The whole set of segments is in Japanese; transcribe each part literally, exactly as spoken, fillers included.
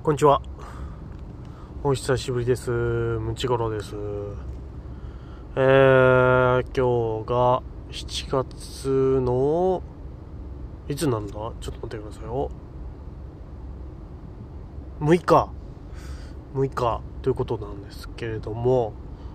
こんにちは。お久しぶりです。むちごろです。えー、今日がしちがつのいつなんだ？ちょっと待ってくださいよ。むいかむいかということなんですけれども、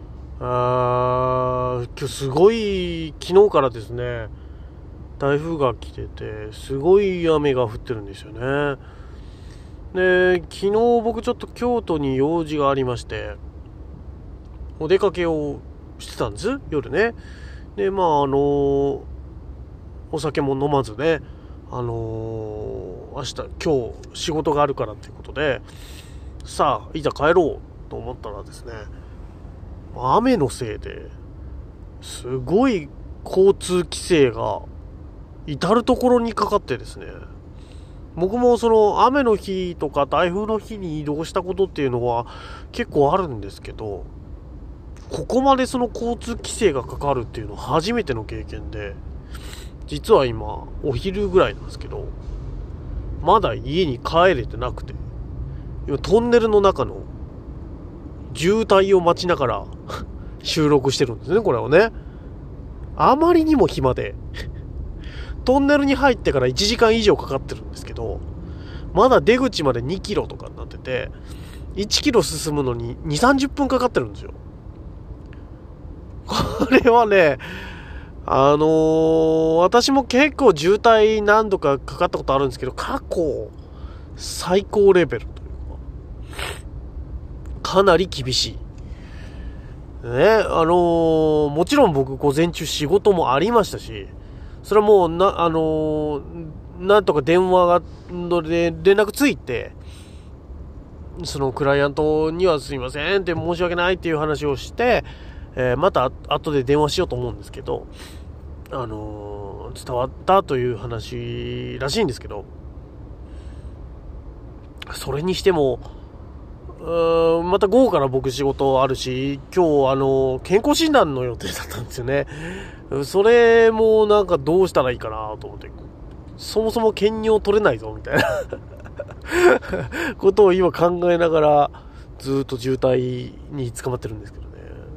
あ今日すごい昨日からですね、台風が来ててすごい雨が降ってるんですよね。で、昨日僕ちょっと京都に用事がありましてお出かけをしてたんです、夜ね。で、まああのお酒も飲まずね、あのー、明日今日仕事があるからということで、さあいざ帰ろうと思ったらですね、雨のせいですごい交通規制が至る所にかかってですね、僕もその雨の日とか台風の日に移動したことっていうのは結構あるんですけど、ここまでその交通規制がかかるっていうのは初めての経験で、実は今お昼ぐらいなんですけど、まだ家に帰れてなくて、今トンネルの中の渋滞を待ちながら収録してるんですね、これをね。あまりにも暇でトンネルに入ってからいちじかん以上かかってるんですけど、まだ出口までにキロとかになってて、いちキロ進むのにに、さんじゅっぷんかかってるんですよ。これはね、あのー、私も結構渋滞何度かかかったことあるんですけど、過去最高レベルというか、かなり厳しい。ね、あのー、もちろん僕午前中仕事もありましたし、それはもうな、あのー、なんとか電話がで連絡ついて、そのクライアントにはすいませんって申し訳ないっていう話をして、えー、また後で電話しようと思うんですけど、あのー、伝わったという話らしいんですけど、それにしてもうーんまた午後から僕仕事あるし、今日あの健康診断の予定だったんですよね。それもなんかどうしたらいいかなと思って、そもそも検尿取れないぞみたいなことを今考えながらずっと渋滞に捕まってるんですけどね。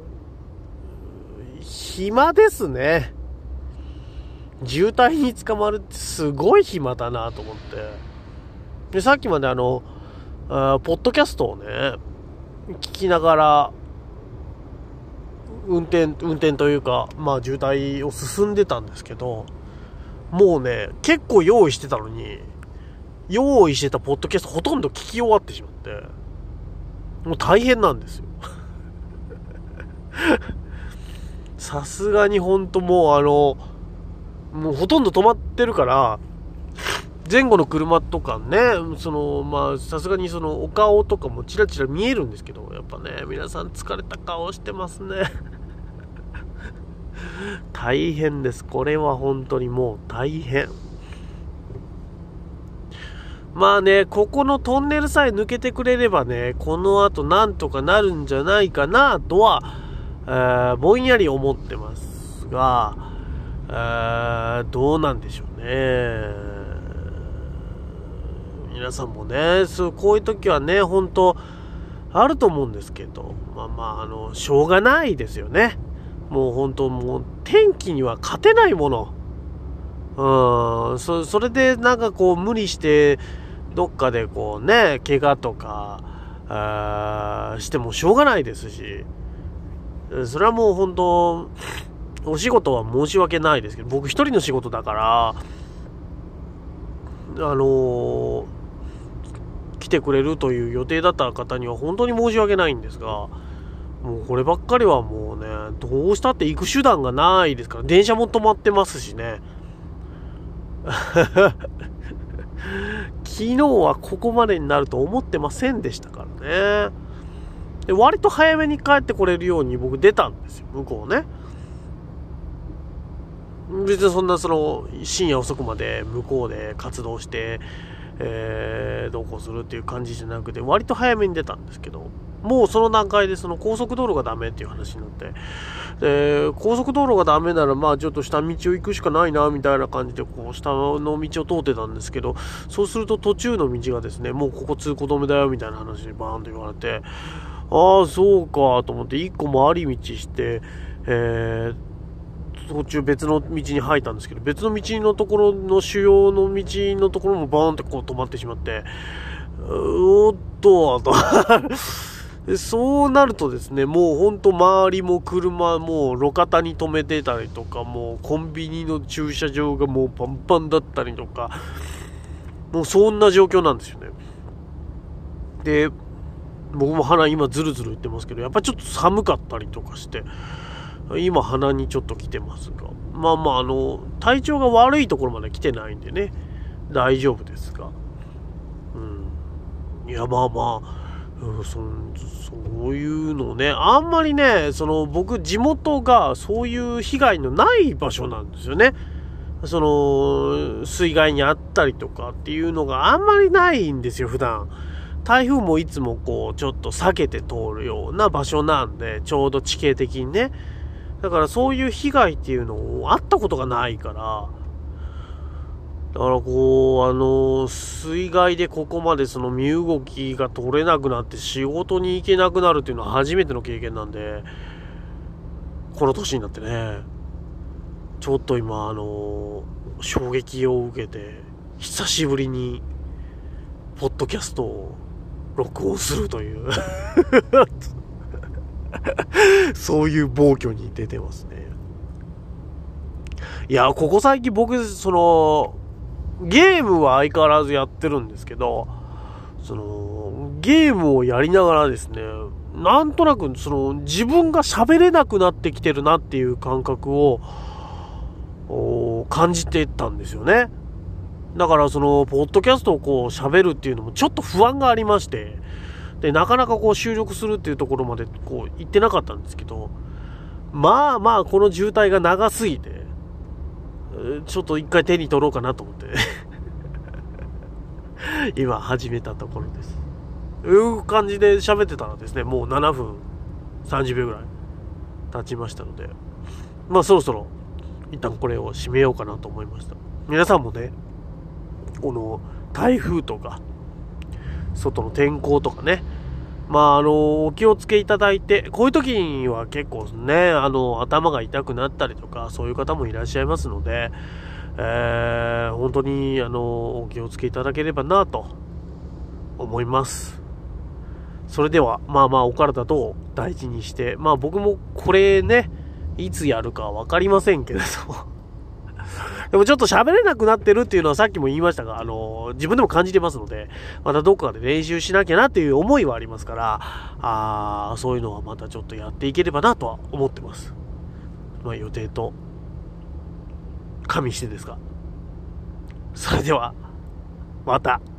暇ですね。渋滞に捕まるってすごい暇だなと思って。で、さっきまであのあポッドキャストをね聞きながら運転運転というか、まあ渋滞を進んでたんですけど、もうね結構用意してたのに、用意してたポッドキャストほとんど聞き終わってしまって、もう大変なんですよさすがにほんともうあのもうほとんど止まってるから、前後の車とかね、そのまあさすがにそのお顔とかもチラチラ見えるんですけど、やっぱね皆さん疲れた顔してますね大変です。これは本当にもう大変。まあね、ここのトンネルさえ抜けてくれればね、この後なんとかなるんじゃないかなとは、えー、ぼんやり思ってますが、えー、どうなんでしょうね。皆さんもね、そうこういう時はね、本当あると思うんですけど、まあまああのしょうがないですよね。もう本当もう天気には勝てないもの。うん、そそれでなんかこう無理してどっかでこうね怪我とかあしてもしょうがないですし、それはもう本当お仕事は申し訳ないですけど、僕一人の仕事だからあのー、来てくれるという予定だった方には本当に申し訳ないんですが、もうこればっかりはもうねどうしたって行く手段がないですから、電車も止まってますしね昨日はここまでになると思ってませんでしたからね。で、割と早めに帰ってこれるように僕出たんですよ、向こうね。別にそんなその深夜遅くまで向こうで活動して、えー、どうこうするっていう感じじゃなくて、割と早めに出たんですけど、 もうその段階でその高速道路がダメっていう話になって、で高速道路がダメならまあちょっと下道を行くしかないなみたいな感じでこう下の道を通ってたんですけど、そうすると途中の道がですね、もうここ通行止めだよみたいな話にバーンと言われて、ああそうかと思っていっこ回り道して、えー途中別の道に入ったんですけど、別の道のところの主要の道のところもバーンってこう止まってしまって、おっととそうなるとですね、もうほんと周りも車もう路肩に止めてたりとか、もうコンビニの駐車場がもうパンパンだったりとか、もうそんな状況なんですよね。で僕も鼻今ズルズル言ってますけど、やっぱりちょっと寒かったりとかして、今鼻にちょっと来てますが、まあまああの体調が悪いところまで来てないんでね、大丈夫ですが、うん、いやまあまあ、うん、そそういうのね、あんまりね、その僕地元がそういう被害のない場所なんですよね。その水害にあったりとかっていうのがあんまりないんですよ、普段。台風もいつもこうちょっと避けて通るような場所なんで、ちょうど地形的にね。だからそういう被害っていうのをあったことがないから、だからこうあの水害でここまでその身動きが取れなくなって仕事に行けなくなるっていうのは初めての経験なんで、この年になってね、ちょっと今あの衝撃を受けて、久しぶりにポッドキャストを録音するというそういう暴挙に出てますね。いやここ最近僕そのゲームは相変わらずやってるんですけど、そのゲームをやりながらですね、なんとなくその自分が喋れなくなってきてるなっていう感覚を感じてたんですよね。だからそのポッドキャストをこう喋るっていうのもちょっと不安がありまして、でなかなかこう収録するっていうところまでこう行ってなかったんですけど、まあまあこの渋滞が長すぎてちょっと一回手に取ろうかなと思って今始めたところです。いう感じで喋ってたらですね、もうななふんさんじゅうびょうぐらい経ちましたので、まあそろそろ一旦これを締めようかなと思いました。皆さんもね、この台風とか外の天候とかね、まああのお気をつけいただいて、こういう時には結構ね、あの頭が痛くなったりとかそういう方もいらっしゃいますので、えー、本当にあのお気をつけいただければなと思います。それではまあまあお体と大事にして、まあ僕もこれねいつやるかわかりませんけれどでもちょっと喋れなくなってるっていうのはさっきも言いましたが、あの自分でも感じてますので、またどっかで練習しなきゃなっていう思いはありますから、あそういうのはまたちょっとやっていければなとは思ってます。まあ予定と加味してですが、それではまた。